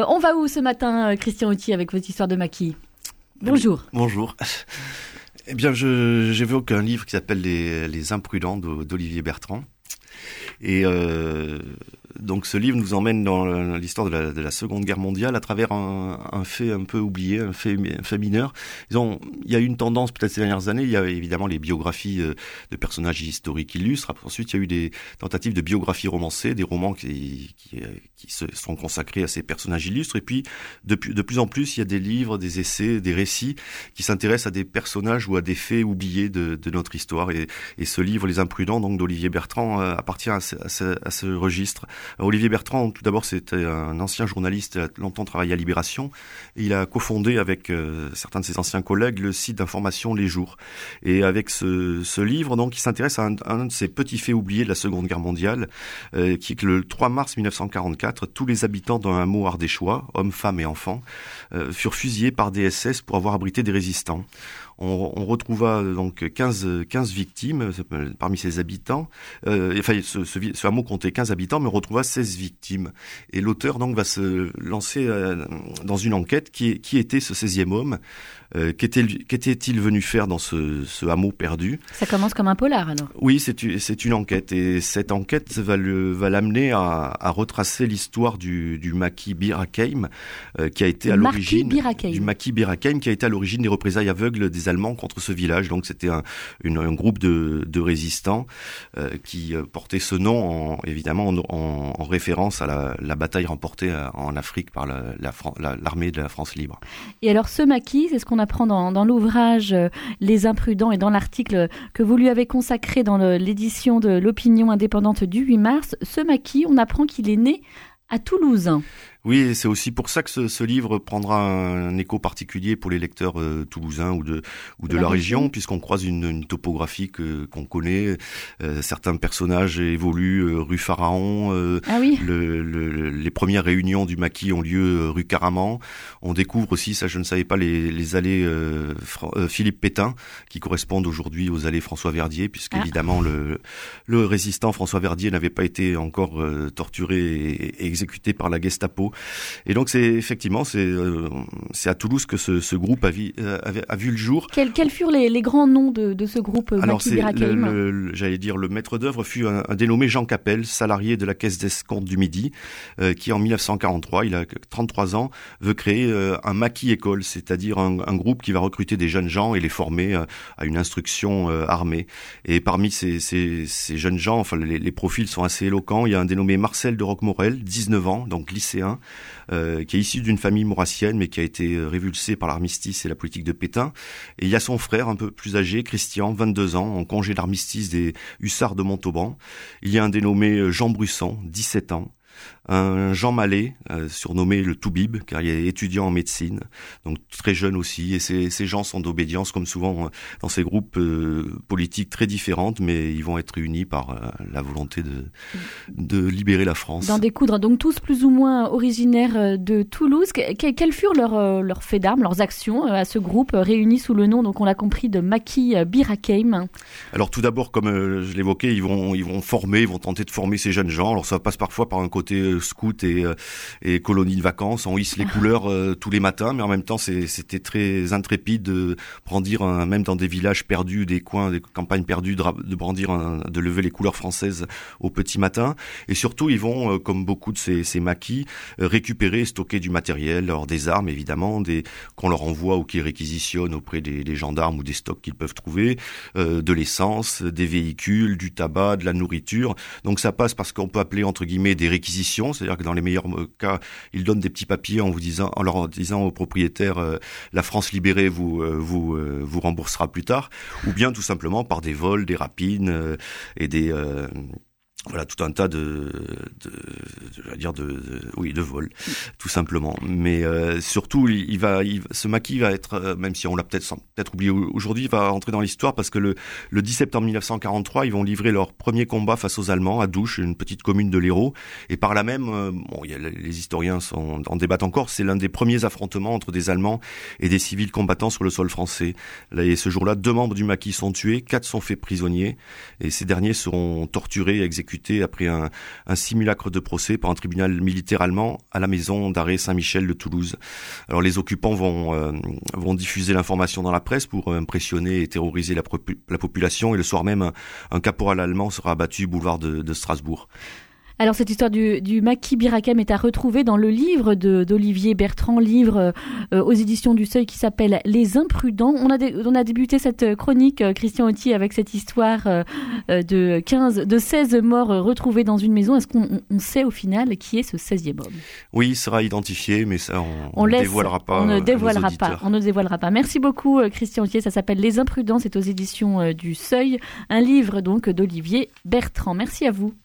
On va où ce matin, Christian Autier, avec votre histoire de maquis ? Bonjour. Bonjour. Eh bien, j'évoque un livre qui s'appelle Les Imprudents d'Olivier Bertrand. Et donc ce livre nous emmène dans l'histoire de la Seconde Guerre mondiale à travers un fait un peu oublié, un fait mineur. Il y a eu une tendance peut-être ces dernières années, il y a évidemment les biographies de personnages historiques illustres. Ensuite, il y a eu des tentatives de biographies romancées, des romans qui se sont consacrés à ces personnages illustres. Et puis, de plus en plus, il y a des livres, des essais, des récits qui s'intéressent à des personnages ou à des faits oubliés de notre histoire. Et ce livre, Les Imprudents, donc d'Olivier Bertrand, appartient à ce registre. Olivier Bertrand, tout d'abord, c'était un ancien journaliste, il a longtemps travaillé à Libération, et il a cofondé avec certains de ses anciens collègues le site d'information Les Jours. Et avec ce livre, donc, il s'intéresse à un de ces petits faits oubliés de la Seconde Guerre mondiale, qui est que le 3 mars 1944, tous les habitants d'un hameau ardéchois, hommes, femmes et enfants, furent fusillés par des SS pour avoir abrité des résistants. On retrouva donc 15 victimes parmi ces habitants. Ce hameau comptait 15 habitants, mais on retrouva 16 victimes. Et l'auteur donc va se lancer dans une enquête qui était ce 16e homme. Qu'était-il venu faire dans ce hameau perdu ? Ça commence comme un polar alors. Oui, c'est une enquête, et cette enquête va l'amener à retracer l'histoire du maquis Bir Hakeim, qui a été à l'origine du maquis Bir Hakeim, qui a été à l'origine des représailles aveugles des Allemands contre ce village. Donc c'était un groupe de résistants qui portait ce nom évidemment en référence à la bataille remportée en Afrique par l'armée de la France libre. Et alors ce maquis, c'est ce qu'on apprend dans l'ouvrage Les Imprudents et dans l'article que vous lui avez consacré dans l'édition de l'Opinion indépendante du 8 mars. Ce maquis, on apprend qu'il est né à Toulouse. Oui, et c'est aussi pour ça que ce livre prendra un écho particulier pour les lecteurs toulousains ou de la région, puisqu'on croise une topographie qu'on connaît. Certains personnages évoluent rue Pharaon. Les premières réunions du maquis ont lieu rue Caraman. On découvre aussi, ça je ne savais pas, les allées Philippe Pétain, qui correspondent aujourd'hui aux allées François Verdier, puisqu'évidemment le résistant François Verdier n'avait pas été encore torturé et exécuté par la Gestapo. Et donc c'est à Toulouse que ce groupe a vu le jour. Quels furent les grands noms de ce groupe maquis Bir Hakeim ? J'allais dire, le maître d'œuvre fut un dénommé Jean Capel, salarié de la caisse d'escompte du Midi, qui en 1943, il a 33 ans, veut créer un maquis école, c'est-à-dire un groupe qui va recruter des jeunes gens et les former à une instruction armée. Et parmi ces jeunes gens, enfin les profils sont assez éloquents. Il y a un dénommé Marcel de Roquemorel, 19 ans, donc lycéen, qui est issu d'une famille maurassienne mais qui a été révulsé par l'armistice et la politique de Pétain. Et il y a son frère un peu plus âgé, Christian, 22 ans, en congé d'armistice des hussards de Montauban. Il y a un dénommé Jean Brusson, 17 ans. Un Jean Mallet, surnommé le Toubib, car il est étudiant en médecine, donc très jeune aussi, et ces gens sont d'obédience, comme souvent dans ces groupes politiques très différentes, mais ils vont être réunis par la volonté de libérer la France. D'en découdre, donc tous plus ou moins originaires de Toulouse. Quels furent leurs faits d'armes, leurs actions à ce groupe réuni sous le nom, donc on l'a compris, de maquis Bir Hakeim ? Alors tout d'abord, comme je l'évoquais, ils vont tenter de former ces jeunes gens. Alors ça passe parfois par un côté scout et colonie de vacances. On hisse les couleurs tous les matins, mais en même temps c'était très intrépide de brandir même dans des villages perdus, des campagnes perdues, de lever les couleurs françaises au petit matin. Et surtout ils vont, comme beaucoup de ces maquis, récupérer et stocker du matériel, alors des armes évidemment, qu'on leur envoie ou qu'ils réquisitionnent auprès des gendarmes ou des stocks qu'ils peuvent trouver, de l'essence, des véhicules, du tabac, de la nourriture. Donc ça passe par ce qu'on peut appeler entre guillemets des réquisitions, c'est-à-dire que dans les meilleurs cas, ils donnent des petits papiers en leur disant aux propriétaires la France libérée vous remboursera plus tard, ou bien tout simplement par des vols, des rapines et voilà, tout un tas de vols, tout simplement. Mais surtout, ce maquis va être, même si on l'a peut-être oublié aujourd'hui, va entrer dans l'histoire parce que le 10 septembre 1943, ils vont livrer leur premier combat face aux Allemands à Douche, une petite commune de l'Hérault. Et par là même, les historiens en débattent encore, c'est l'un des premiers affrontements entre des Allemands et des civils combattants sur le sol français. Et ce jour-là, 2 membres du maquis sont tués, 4 sont faits prisonniers, et ces derniers seront torturés et exécutés exécutés après un simulacre de procès par un tribunal militaire allemand à la maison d'arrêt Saint-Michel de Toulouse. Alors les occupants vont diffuser l'information dans la presse pour impressionner et terroriser la population, et le soir même, un caporal allemand sera abattu boulevard de Strasbourg. Alors cette histoire du maquis Bir Hakeim est à retrouver dans le livre d'Olivier Bertrand, livre aux éditions du Seuil qui s'appelle Les Imprudents. On a débuté cette chronique, Christian Auty, avec cette histoire de 16 morts retrouvés dans une maison. Est-ce qu'on sait au final qui est ce 16e homme ? Oui, il sera identifié, mais ça on ne dévoilera pas. On ne dévoilera pas. Merci beaucoup Christian Auty, ça s'appelle Les Imprudents, c'est aux éditions du Seuil, un livre donc d'Olivier Bertrand. Merci à vous.